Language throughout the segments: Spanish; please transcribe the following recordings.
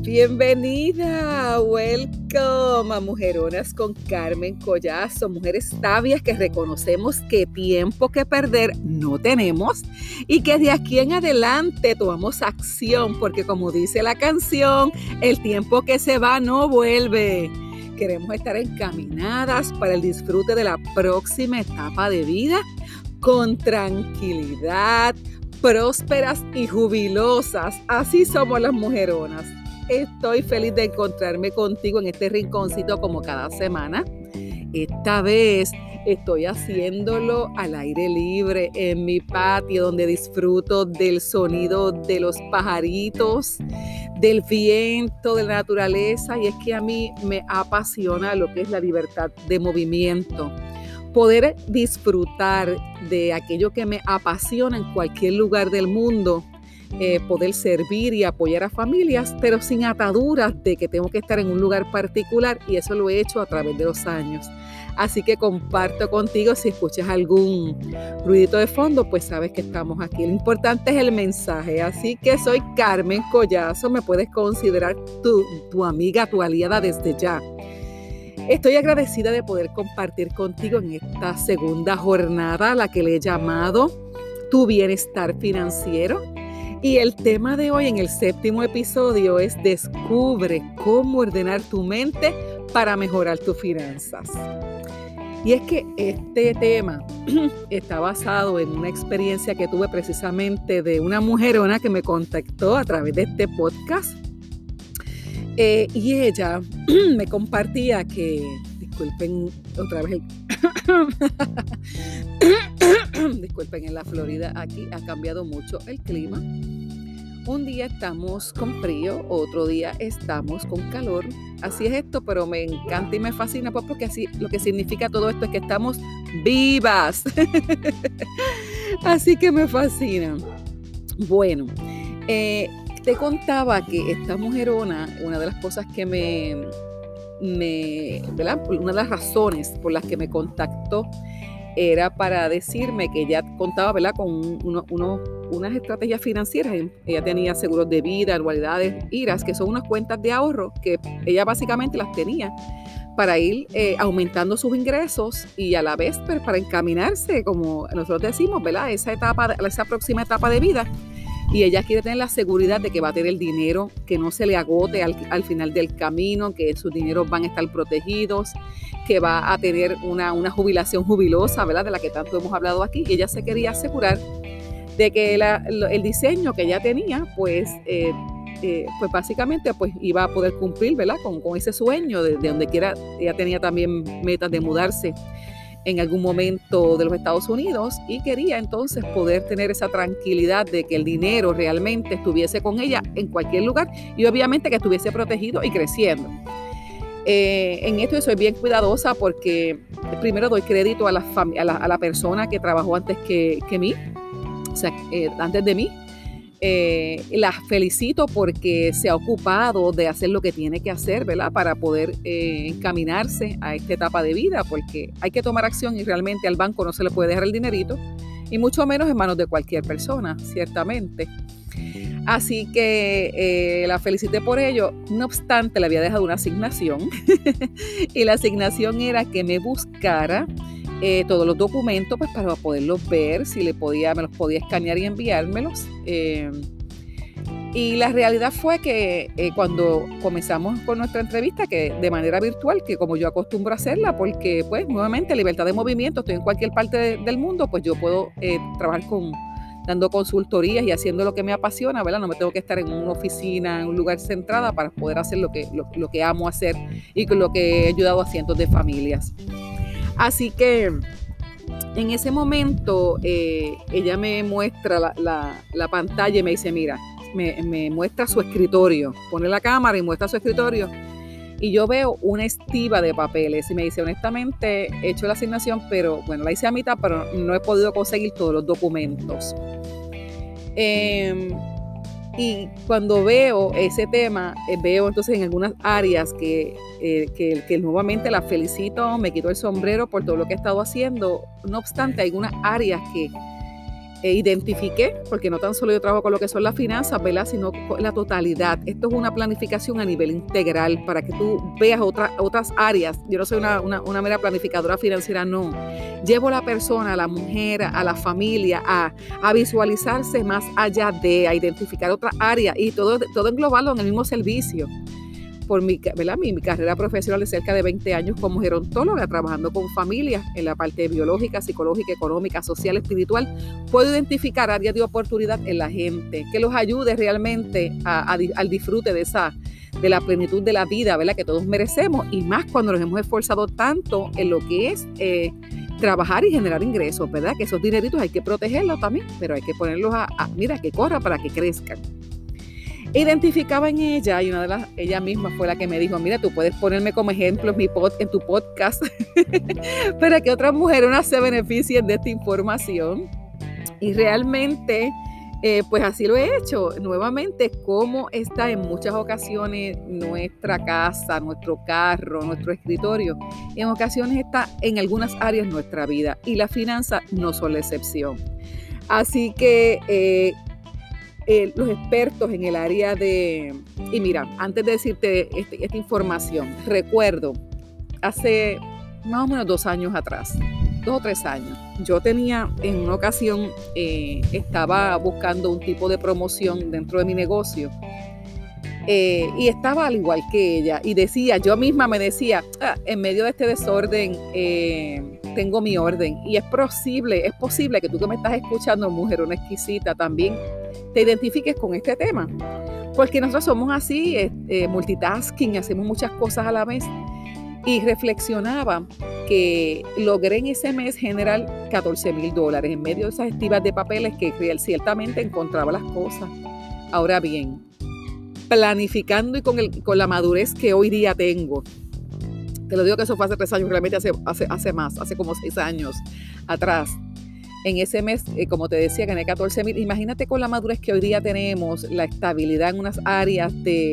Bienvenida, welcome a Mujeronas con Carmen Collazo, mujeres sabias que reconocemos que tiempo que perder no tenemos y que de aquí en adelante tomamos acción porque como dice la canción, el tiempo que se va no vuelve. Queremos estar encaminadas para el disfrute de la próxima etapa de vida con tranquilidad, prósperas y jubilosas. Así somos las mujeronas. Estoy feliz de encontrarme contigo en este rinconcito como cada semana. Esta vez estoy haciéndolo al aire libre en mi patio donde disfruto del sonido de los pajaritos, del viento, de la naturaleza, y es que a mí me apasiona lo que es la libertad de movimiento. Poder disfrutar de aquello que me apasiona en cualquier lugar del mundo. Poder servir y apoyar a familias, pero sin ataduras de que tengo que estar en un lugar particular, y eso lo he hecho a través de los años. Así que comparto contigo, si escuchas algún ruidito de fondo, pues sabes que estamos aquí. Lo importante es el mensaje, así que soy Carmen Collazo, me puedes considerar tu amiga, tu aliada desde ya. Estoy agradecida de poder compartir contigo en esta segunda jornada, la que le he llamado Tu Bienestar Financiero. Y el tema de hoy en el 7º episodio es Descubre cómo ordenar tu mente para mejorar tus finanzas. Y es que este tema está basado en una experiencia que tuve precisamente de una mujerona que me contactó a través de este podcast. Y ella me compartía que, disculpen otra vez disculpen, en la Florida aquí ha cambiado mucho el clima. Un día estamos con frío, otro día estamos con calor. Así es esto, pero me encanta y me fascina pues porque así lo que significa todo esto es que estamos vivas. Así que me fascina. Bueno, te contaba que esta mujerona, una de las cosas que ¿verdad? Una de las razones por las que me contactó era para decirme que ella contaba, ¿verdad?, con unas estrategias financieras. Ella tenía seguros de vida, anualidades, IRAs, que son unas cuentas de ahorro que ella básicamente las tenía para ir aumentando sus ingresos y a la vez para encaminarse, como nosotros decimos, ¿verdad?, esa próxima etapa de vida. Y ella quiere tener la seguridad de que va a tener el dinero, que no se le agote al final del camino, que sus dineros van a estar protegidos, que va a tener una jubilación jubilosa, ¿verdad?, de la que tanto hemos hablado aquí. Y ella se quería asegurar de que el diseño que ella tenía, pues básicamente pues iba a poder cumplir, ¿verdad?, con ese sueño de donde quiera. Ella tenía también metas de mudarse en algún momento de los Estados Unidos y quería entonces poder tener esa tranquilidad de que el dinero realmente estuviese con ella en cualquier lugar y obviamente que estuviese protegido y creciendo. En esto yo soy bien cuidadosa porque primero doy crédito a la persona que trabajó antes que mí, o sea, antes de mí. La felicito porque se ha ocupado de hacer lo que tiene que hacer, ¿verdad?, para poder encaminarse a esta etapa de vida, porque hay que tomar acción y realmente al banco no se le puede dejar el dinerito, y mucho menos en manos de cualquier persona, ciertamente. Así que la felicité por ello. No obstante, le había dejado una asignación y la asignación era que me buscara todos los documentos pues, para poderlos ver, si me los podía escanear y enviármelos. Y la realidad fue que cuando comenzamos con nuestra entrevista, que de manera virtual, que como yo acostumbro a hacerla, porque pues nuevamente libertad de movimiento, estoy en cualquier parte del mundo, pues yo puedo trabajar dando consultorías y haciendo lo que me apasiona, ¿verdad? No me tengo que estar en una oficina, en un lugar centrada para poder hacer lo que amo hacer y con lo que he ayudado a cientos de familias. Así que en ese momento ella me muestra la pantalla y me dice, mira, me muestra su escritorio, pone la cámara y muestra su escritorio y yo veo una estiba de papeles y me dice, honestamente he hecho la asignación, pero bueno, la hice a mitad, pero no he podido conseguir todos los documentos. Y cuando veo ese tema, veo entonces en algunas áreas que nuevamente la felicito, me quito el sombrero por todo lo que he estado haciendo. No obstante, hay algunas áreas que identifiqué, porque no tan solo yo trabajo con lo que son las finanzas, ¿verdad?, sino con la totalidad. Esto es una planificación a nivel integral para que tú veas otras áreas. Yo no soy una mera planificadora financiera, no. Llevo a la persona, a la mujer, a la familia, a visualizarse más allá a identificar otras áreas y todo englobarlo en el mismo servicio. Por mi carrera profesional de cerca de 20 años como gerontóloga, trabajando con familias en la parte biológica, psicológica, económica, social, espiritual, puedo identificar áreas de oportunidad en la gente que los ayude realmente al disfrute de la plenitud de la vida, ¿verdad?, que todos merecemos, y más cuando nos hemos esforzado tanto en lo que es trabajar y generar ingresos, ¿verdad? Que esos dineritos hay que protegerlos también, pero hay que ponerlos que corra para que crezcan. Identificaba en ella, y ella misma fue la que me dijo, mira, tú puedes ponerme como ejemplo en tu podcast para que otras mujeres se beneficien de esta información. Y realmente, pues así lo he hecho. Nuevamente, como está en muchas ocasiones nuestra casa, nuestro carro, nuestro escritorio, en ocasiones está en algunas áreas de nuestra vida, y las finanzas no son la excepción. Así que los expertos en el área y mira, antes de decirte esta información, recuerdo hace más o menos 2 años atrás, 2 o 3 años, yo tenía en una ocasión, estaba buscando un tipo de promoción dentro de mi negocio, y estaba al igual que ella, y yo misma me decía, en medio de este desorden, tengo mi orden, y es posible que tú que me estás escuchando, mujerona exquisita, también te identifiques con este tema, porque nosotros somos así, multitasking, hacemos muchas cosas a la vez, y reflexionaba que logré en ese mes generar $14,000 en medio de esas estivas de papeles que ciertamente encontraba las cosas. Ahora bien, planificando y con la madurez que hoy día tengo, te lo digo que eso fue hace 3 años, realmente hace como 6 años atrás. En ese mes, como te decía, gané 14,000. Imagínate con la madurez que hoy día tenemos, la estabilidad en unas áreas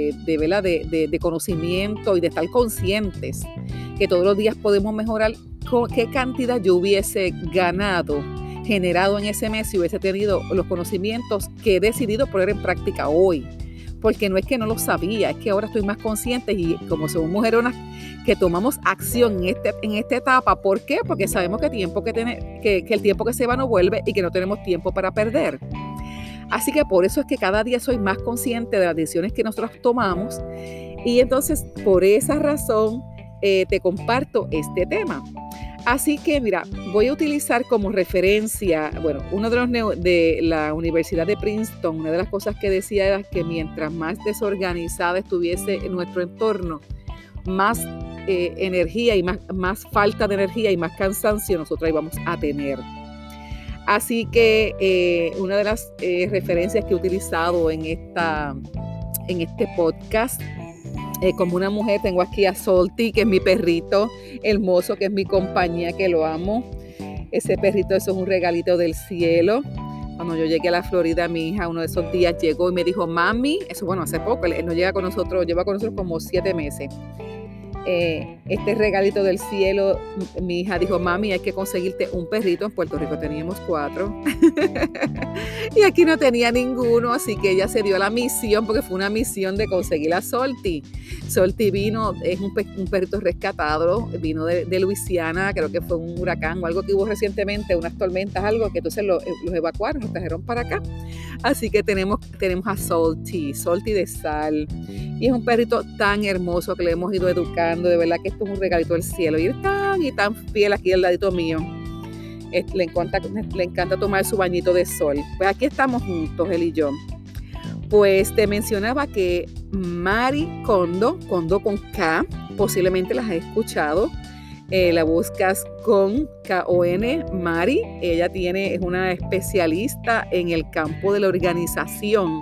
de conocimiento y de estar conscientes que todos los días podemos mejorar. ¿Qué cantidad yo hubiese generado en ese mes si hubiese tenido los conocimientos que he decidido poner en práctica hoy? Porque no es que no lo sabía, es que ahora estoy más consciente, y como somos mujeronas que tomamos acción en esta etapa. ¿Por qué? Porque sabemos que el tiempo que se va no vuelve y que no tenemos tiempo para perder. Así que por eso es que cada día soy más consciente de las decisiones que nosotros tomamos, y entonces por esa razón te comparto este tema. Así que mira, voy a utilizar como referencia, uno de la Universidad de Princeton, una de las cosas que decía era que mientras más desorganizada estuviese en nuestro entorno, más energía y más falta de energía y más cansancio nosotros íbamos a tener. Así que una de las referencias que he utilizado en este podcast, como una mujer, tengo aquí a Salty, que es mi perrito hermoso, que es mi compañía, que lo amo. Ese perrito, eso es un regalito del cielo. Cuando yo llegué a la Florida, mi hija uno de esos días llegó y me dijo, mami, hace poco, él no llega con nosotros, lleva con nosotros como 7 meses. Este regalito del cielo, mi hija dijo, mami, hay que conseguirte un perrito. En Puerto Rico teníamos 4 y aquí no tenía ninguno, así que ella se dio a la misión, porque fue una misión de conseguir a Salty. Salty vino, es un perrito rescatado, vino de Luisiana, creo que fue un huracán o algo que hubo recientemente, unas tormentas, algo que entonces los evacuaron, los trajeron para acá. Así que tenemos a Salty de sal, y es un perrito tan hermoso que le hemos ido educando. De verdad que esto es un regalito del cielo, y es tan fiel aquí al ladito mío. Le encanta tomar su bañito de sol. Pues aquí estamos juntos, él y yo. Pues te mencionaba que Marie Kondo con K, posiblemente las has escuchado. La buscas con K-O-N, Mari. Ella es una especialista en el campo de la organización,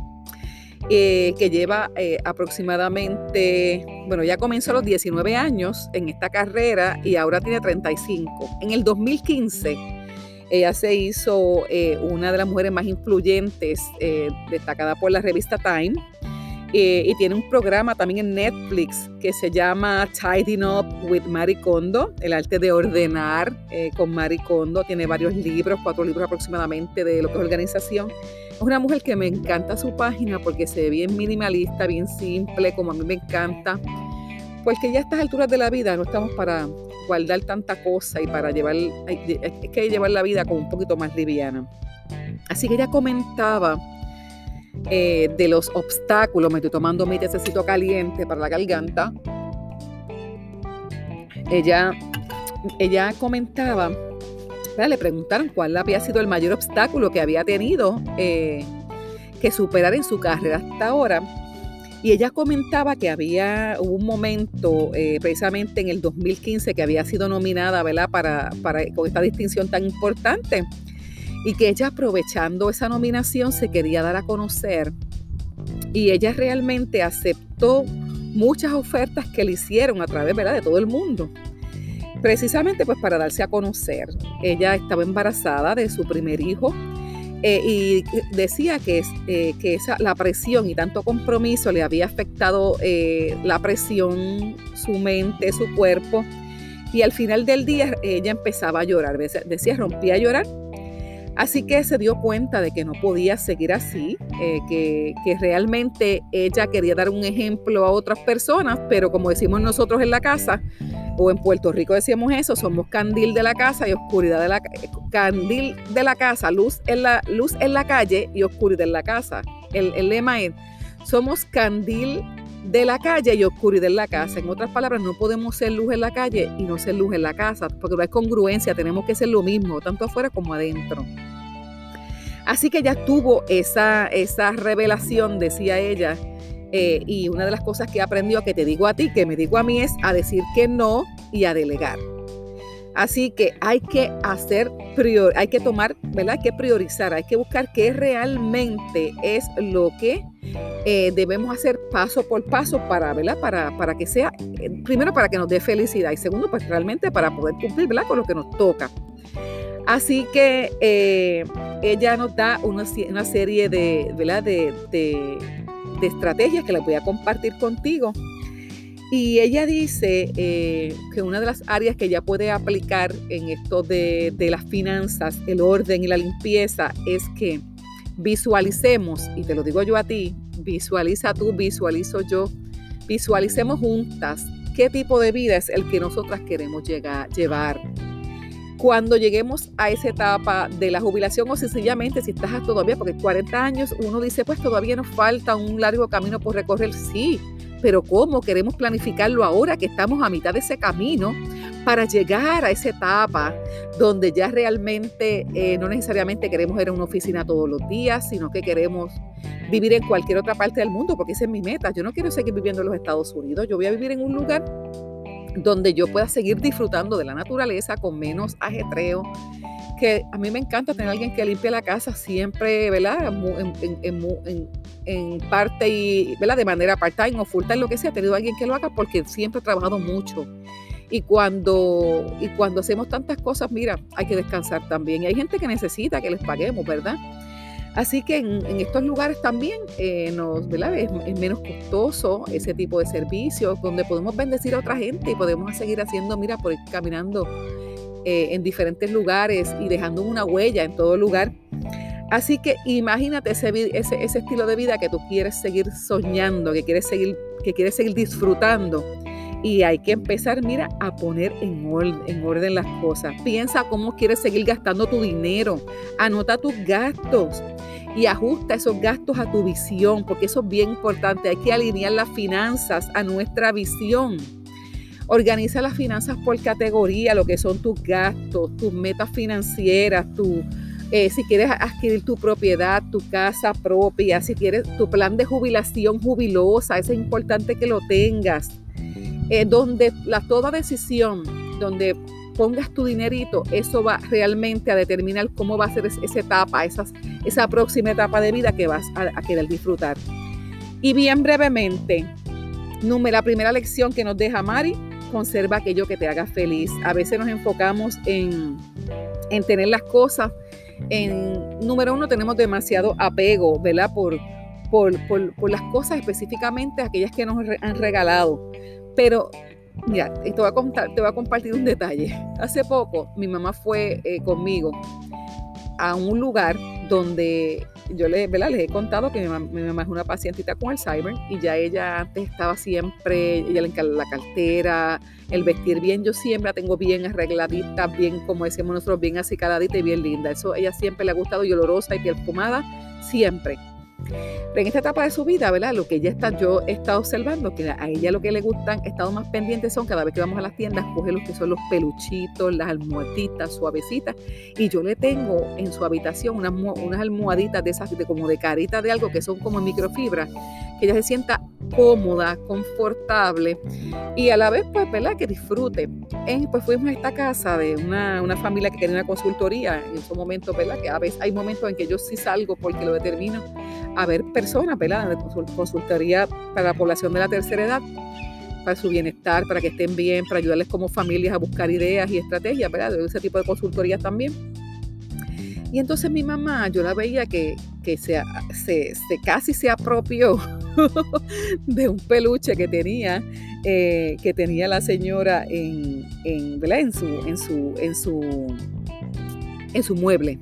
que lleva aproximadamente, ya comenzó a los 19 años en esta carrera y ahora tiene 35. En el 2015, ella se hizo una de las mujeres más influyentes, destacada por la revista Time. y tiene un programa también en Netflix que se llama Tidying Up with Marie Kondo, el arte de ordenar con Marie Kondo. Tiene varios libros, 4 libros aproximadamente de lo que es organización. Es una mujer que me encanta su página porque se ve bien minimalista, bien simple, como a mí me encanta. Porque ya a estas alturas de la vida no estamos para guardar tanta cosa y para llevar, es que llevar la vida como un poquito más liviana. Así que ella comentaba de los obstáculos. Me estoy tomando mi tececito caliente para la garganta. Ella comentaba, ¿verdad? Le preguntaron cuál había sido el mayor obstáculo que había tenido que superar en su carrera hasta ahora. Y ella comentaba que hubo un momento, precisamente en el 2015, que había sido nominada, ¿verdad? con esta distinción tan importante. Y que ella, aprovechando esa nominación, se quería dar a conocer. Y ella realmente aceptó muchas ofertas que le hicieron a través, ¿verdad?, de todo el mundo. Precisamente pues para darse a conocer. Ella estaba embarazada de su primer hijo y decía que la presión y tanto compromiso le había afectado la presión, su mente, su cuerpo. Y al final del día ella empezaba a llorar. Decía, rompía a llorar. Así que se dio cuenta de que no podía seguir así, que realmente ella quería dar un ejemplo a otras personas, pero como decimos nosotros en la casa, o en Puerto Rico decíamos eso, somos candil de la casa y oscuridad de la candil de la casa, luz en la calle y oscuridad en la casa. El lema es, somos candil de la calle y oscuridad en la casa. En otras palabras, no podemos ser luz en la calle y no ser luz en la casa, porque no hay congruencia, tenemos que ser lo mismo, tanto afuera como adentro. Así que ella tuvo esa revelación, decía ella, y una de las cosas que aprendió, que te digo a ti, que me digo a mí, es a decir que no y a delegar. Así que hay que hay que tomar, ¿verdad? Hay que priorizar, hay que buscar qué realmente es lo que debemos hacer paso por paso ¿verdad? Para que sea, primero para que nos dé felicidad y segundo, pues realmente para poder cumplir, ¿verdad?, con lo que nos toca. Así que ella nos da una serie ¿verdad?, de estrategias que les voy a compartir contigo. Y ella dice que una de las áreas que ella puede aplicar en esto de las finanzas, el orden y la limpieza, es que visualicemos, y te lo digo yo a ti, visualiza tú, visualizo yo, visualicemos juntas qué tipo de vida es el que nosotras queremos llevar. Cuando lleguemos a esa etapa de la jubilación, o sencillamente si estás todavía, porque 40 años, uno dice, pues todavía nos falta un largo camino por recorrer, sí, pero ¿cómo queremos planificarlo ahora que estamos a mitad de ese camino para llegar a esa etapa donde ya realmente no necesariamente queremos ir a una oficina todos los días, sino que queremos vivir en cualquier otra parte del mundo, porque esa es mi meta? Yo no quiero seguir viviendo en los Estados Unidos, yo voy a vivir en un lugar donde yo pueda seguir disfrutando de la naturaleza con menos ajetreo, que a mí me encanta tener a alguien que limpie la casa siempre, ¿verdad?, en parte, y ¿verdad?, de manera part-time o full-time, lo que sea, he tenido a alguien que lo haga porque siempre he trabajado mucho. Y cuando hacemos tantas cosas, mira, hay que descansar también. Y hay gente que necesita que les paguemos, ¿verdad? Así que en estos lugares también ¿verdad?, es menos costoso ese tipo de servicios, donde podemos bendecir a otra gente y podemos seguir haciendo, mira, por ir caminando en diferentes lugares y dejando una huella en todo lugar. Así que imagínate ese estilo de vida que tú quieres seguir soñando, que quieres seguir disfrutando. Y hay que empezar, mira, a poner en orden las cosas. Piensa cómo quieres seguir gastando tu dinero. Anota tus gastos y ajusta esos gastos a tu visión, porque eso es bien importante. Hay que alinear las finanzas a nuestra visión. Organiza las finanzas por categoría, lo que son tus gastos, tus metas financieras, si quieres adquirir tu propiedad, tu casa propia, si quieres tu plan de jubilación jubilosa, eso es importante que lo tengas. Donde toda decisión, donde pongas tu dinerito, eso va realmente a determinar cómo va a ser esa etapa, esa próxima etapa de vida que vas a querer disfrutar. Y bien brevemente, la primera lección que nos deja Mari: conserva aquello que te haga feliz. A veces nos enfocamos en tener las cosas. Número uno, tenemos demasiado apego, ¿verdad? Por por las cosas específicamente aquellas que nos han regalado. Pero mira, te voy a compartir un detalle. Hace poco mi mamá fue conmigo a un lugar donde yo les he contado que mi mamá es una pacientita con Alzheimer y ya ella antes estaba siempre, ella le encanta la cartera, el vestir bien, yo siempre la tengo bien arregladita, bien, como decimos nosotros, bien acicaladita y bien linda. Eso a ella siempre le ha gustado y olorosa y perfumada, siempre. Pero en esta etapa de su vida, ¿verdad? Lo que yo he estado observando, que a ella lo que le gustan, he estado más pendientes son cada vez que vamos a las tiendas, coge los que son los peluchitos, las almohaditas suavecitas, y yo le tengo en su habitación unas almohaditas de esas, como de carita de algo, que son como microfibra, que ella se sienta cómoda, confortable, y a la vez, pues, ¿verdad? Que disfrute. Pues fuimos a esta casa de una familia que tiene una consultoría, en esos momentos, ¿verdad? Que a veces hay momentos en que yo sí salgo porque lo determino, a ver personas, ¿verdad? De consultoría para la población de la tercera edad, para su bienestar, para que estén bien, para ayudarles como familias a buscar ideas y estrategias, ¿verdad? De ese tipo de consultorías también. Y entonces mi mamá, yo la veía que casi se apropió de un peluche que tenía la señora ¿verdad? en su mueble.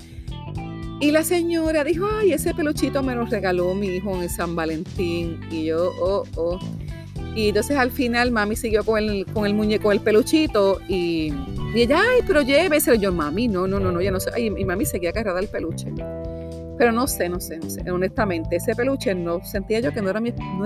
Y la señora dijo, ay, ese peluchito me lo regaló mi hijo en San Valentín. Y yo, oh. Y entonces al final mami siguió con el muñeco, el peluchito. Y ella, ay, pero lléveselo. Yo, mami, no, ya no sé. Ay, y mami seguía agarrada el peluche. Pero no sé. Honestamente, ese peluche no sentía yo que no era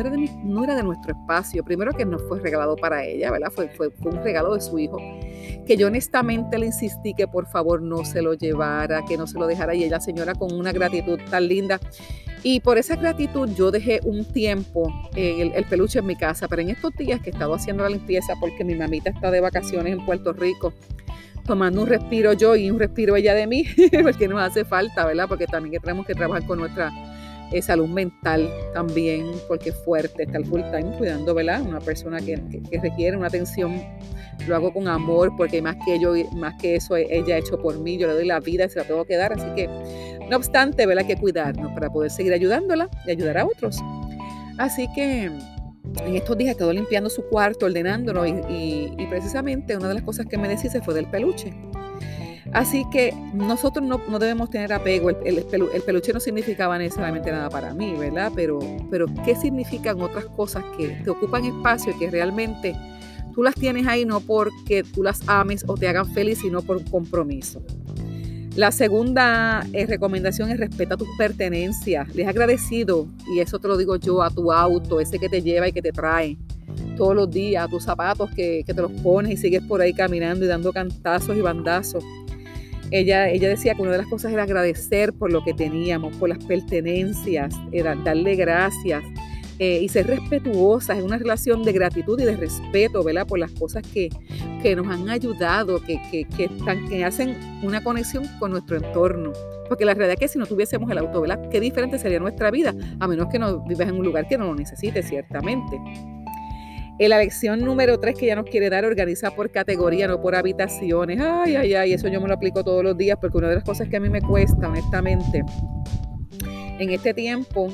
de nuestro espacio. Primero que no fue regalado para ella, ¿verdad? Fue un regalo de su hijo. Que yo honestamente le insistí que por favor no se lo llevara, que no se lo dejara, y ella, señora, con una gratitud tan linda. Y por esa gratitud yo dejé un tiempo el peluche en mi casa, pero en estos días que he estado haciendo la limpieza porque mi mamita está de vacaciones en Puerto Rico, tomando un respiro yo y un respiro ella de mí, porque nos hace falta, ¿verdad? Porque también tenemos que trabajar con nuestra salud mental también, porque es fuerte estar full time cuidando, ¿verdad? Una persona que requiere una atención. Lo hago con amor porque más que eso ella ha hecho por mí, yo le doy la vida y se la tengo que dar, así que no obstante, ¿verdad? Hay que cuidarnos para poder seguir ayudándola y ayudar a otros. Así que en estos días quedó limpiando su cuarto, ordenándolo y precisamente una de las cosas que me deshice fue del peluche. Así que nosotros no debemos tener apego. El peluche no significaba necesariamente nada para mí, ¿verdad? Pero ¿qué significan otras cosas que te ocupan espacio y que realmente tú las tienes ahí no porque tú las ames o te hagan feliz, sino por un compromiso? La segunda recomendación es respeta tus pertenencias. Les agradecido, y eso te lo digo yo, a tu auto, ese que te lleva y que te trae todos los días, a tus zapatos que te los pones y sigues por ahí caminando y dando cantazos y bandazos. Ella decía que una de las cosas era agradecer por lo que teníamos, por las pertenencias, era darle gracias y ser respetuosas en una relación de gratitud y de respeto, ¿verdad? Por las cosas que nos han ayudado, que hacen una conexión con nuestro entorno. Porque la realidad es que si no tuviésemos el auto, ¿verdad? Qué diferente sería nuestra vida, a menos que no vivas en un lugar que no lo necesite, ciertamente. La lección número 3 que ella nos quiere dar, organiza por categoría, no por habitaciones. Ay, eso yo me lo aplico todos los días porque una de las cosas que a mí me cuesta, honestamente, en este tiempo,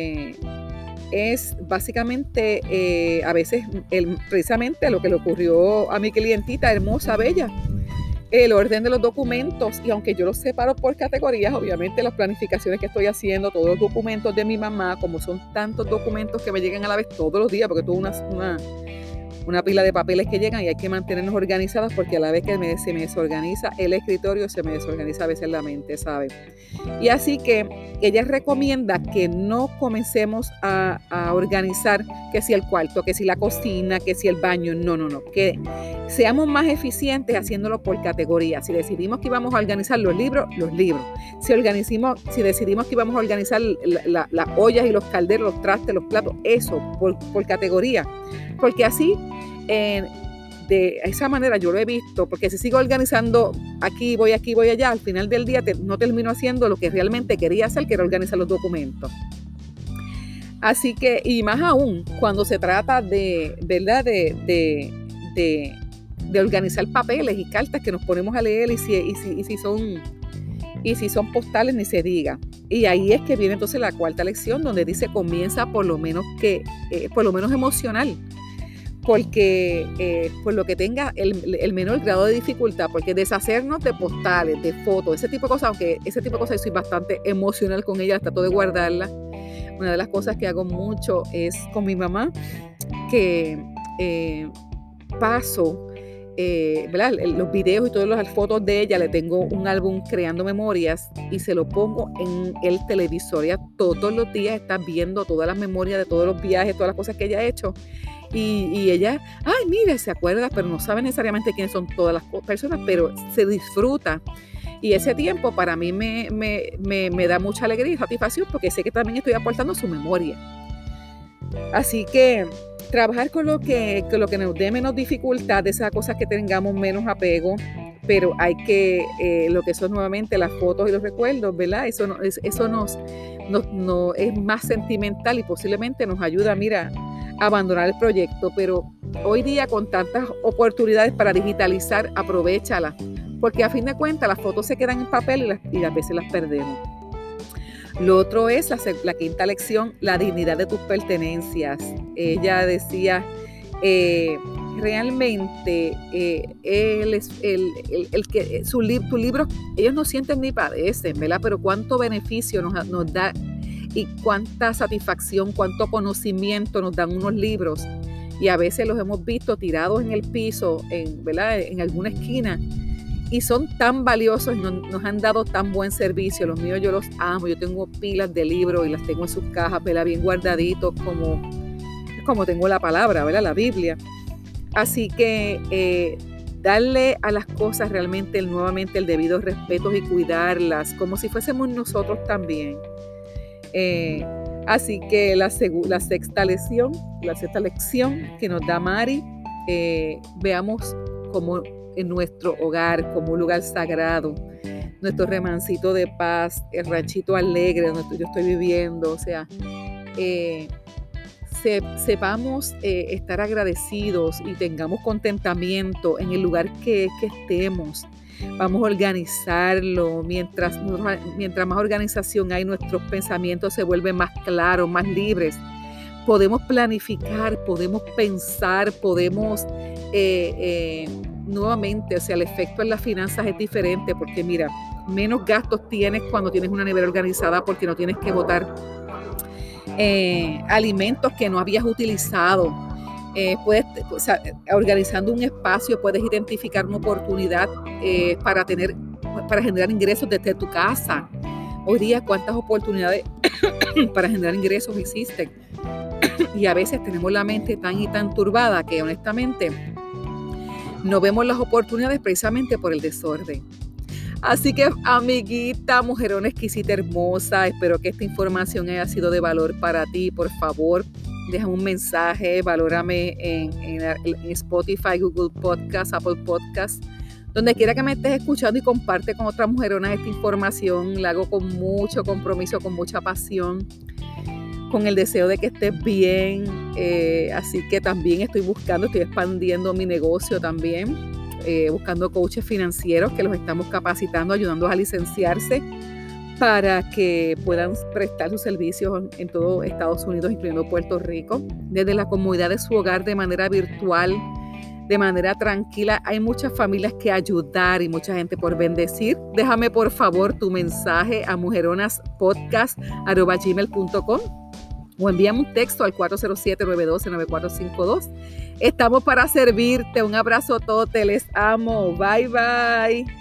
es básicamente a veces precisamente lo que le ocurrió a mi clientita hermosa, bella, el orden de los documentos. Y aunque yo los separo por categorías, obviamente las planificaciones que estoy haciendo, todos los documentos de mi mamá, como son tantos documentos que me llegan a la vez todos los días, porque tuve una pila de papeles que llegan y hay que mantenernos organizadas porque a la vez que se me desorganiza el escritorio, se me desorganiza a veces la mente, ¿sabes? Y así que ella recomienda que no comencemos a organizar que si el cuarto, que si la cocina, que si el baño, no, que seamos más eficientes haciéndolo por categoría. Si decidimos que íbamos a organizar los libros. Si decidimos que íbamos a organizar las ollas y los calderos, los trastes, los platos, eso por categoría. Porque así, de esa manera yo lo he visto, porque si sigo organizando aquí voy allá, al final del día no termino haciendo lo que realmente quería hacer, que era organizar los documentos. Así que, y más aún, cuando se trata de, ¿verdad? De organizar papeles y cartas que nos ponemos a leer y si son Y si son postales, ni se diga. Y ahí es que viene entonces la cuarta lección, donde dice comienza por lo menos emocional. Porque por lo que tenga el menor grado de dificultad, porque deshacernos de postales, de fotos, ese tipo de cosas, aunque ese tipo de cosas yo soy bastante emocional con ellas, trato de guardarlas. Una de las cosas que hago mucho es con mi mamá, que paso ¿verdad? Los videos y todas las fotos de ella, le tengo un álbum creando memorias y se lo pongo en el televisor. Ella todos los días está viendo todas las memorias de todos los viajes, todas las cosas que ella ha hecho. Y ella, ay, mira, se acuerda, pero no sabe necesariamente quiénes son todas las personas, pero se disfruta. Y ese tiempo para mí me da mucha alegría y satisfacción porque sé que también estoy aportando su memoria. Así que trabajar con lo que nos dé menos dificultad, de esas cosas que tengamos menos apego, pero hay que, lo que son nuevamente las fotos y los recuerdos, ¿verdad? Eso nos es más sentimental y posiblemente nos ayuda, mira, a abandonar el proyecto, pero hoy día con tantas oportunidades para digitalizar, aprovéchalas, porque a fin de cuentas las fotos se quedan en papel y a veces las perdemos. Lo otro es la quinta lección, la dignidad de tus pertenencias. Ella decía, realmente tu libro, ellos no sienten ni padecen, ¿verdad? Pero cuánto beneficio nos da y cuánta satisfacción, cuánto conocimiento nos dan unos libros. Y a veces los hemos visto tirados en el piso, ¿verdad? En alguna esquina. Y son tan valiosos y nos han dado tan buen servicio. Los míos yo los amo. Yo tengo pilas de libros y las tengo en sus cajas, ¿verdad? Bien guardaditos, como tengo la palabra, ¿verdad? La Biblia. Así que darle a las cosas realmente nuevamente el debido respeto y cuidarlas como si fuésemos nosotros también. Así que la sexta lección que nos da Mari, veamos como en nuestro hogar, como un lugar sagrado, nuestro remancito de paz, el ranchito alegre donde yo estoy viviendo, o sea, sepamos estar agradecidos y tengamos contentamiento en el lugar que estemos. Vamos a organizarlo. Mientras más organización hay, nuestros pensamientos se vuelven más claros, más libres. Podemos planificar, podemos pensar, podemos nuevamente, o sea, el efecto en las finanzas es diferente porque mira, menos gastos tienes cuando tienes una nevera organizada porque no tienes que botar alimentos que no habías utilizado. Organizando un espacio puedes identificar una oportunidad para generar ingresos desde tu casa. Hoy día cuántas oportunidades para generar ingresos existen y a veces tenemos la mente tan turbada que honestamente no vemos las oportunidades precisamente por el desorden. Así que, amiguita, mujerona exquisita, hermosa, espero que esta información haya sido de valor para ti. Por favor, deja un mensaje, valórame en Spotify, Google Podcast, Apple Podcast, donde quiera que me estés escuchando y comparte con otras mujeronas esta información. La hago con mucho compromiso, con mucha pasión, con el deseo de que estés bien. Así que también estoy expandiendo mi negocio también, buscando coaches financieros que los estamos capacitando, ayudándolos a licenciarse para que puedan prestar sus servicios en todo Estados Unidos, incluyendo Puerto Rico, desde la comodidad de su hogar de manera virtual, de manera tranquila. Hay muchas familias que ayudar y mucha gente por bendecir. Déjame por favor tu mensaje a mujeronaspodcast@gmail.com o envíame un texto al 407-912-9452. Estamos para servirte. Un abrazo a todos, les amo. Bye, bye.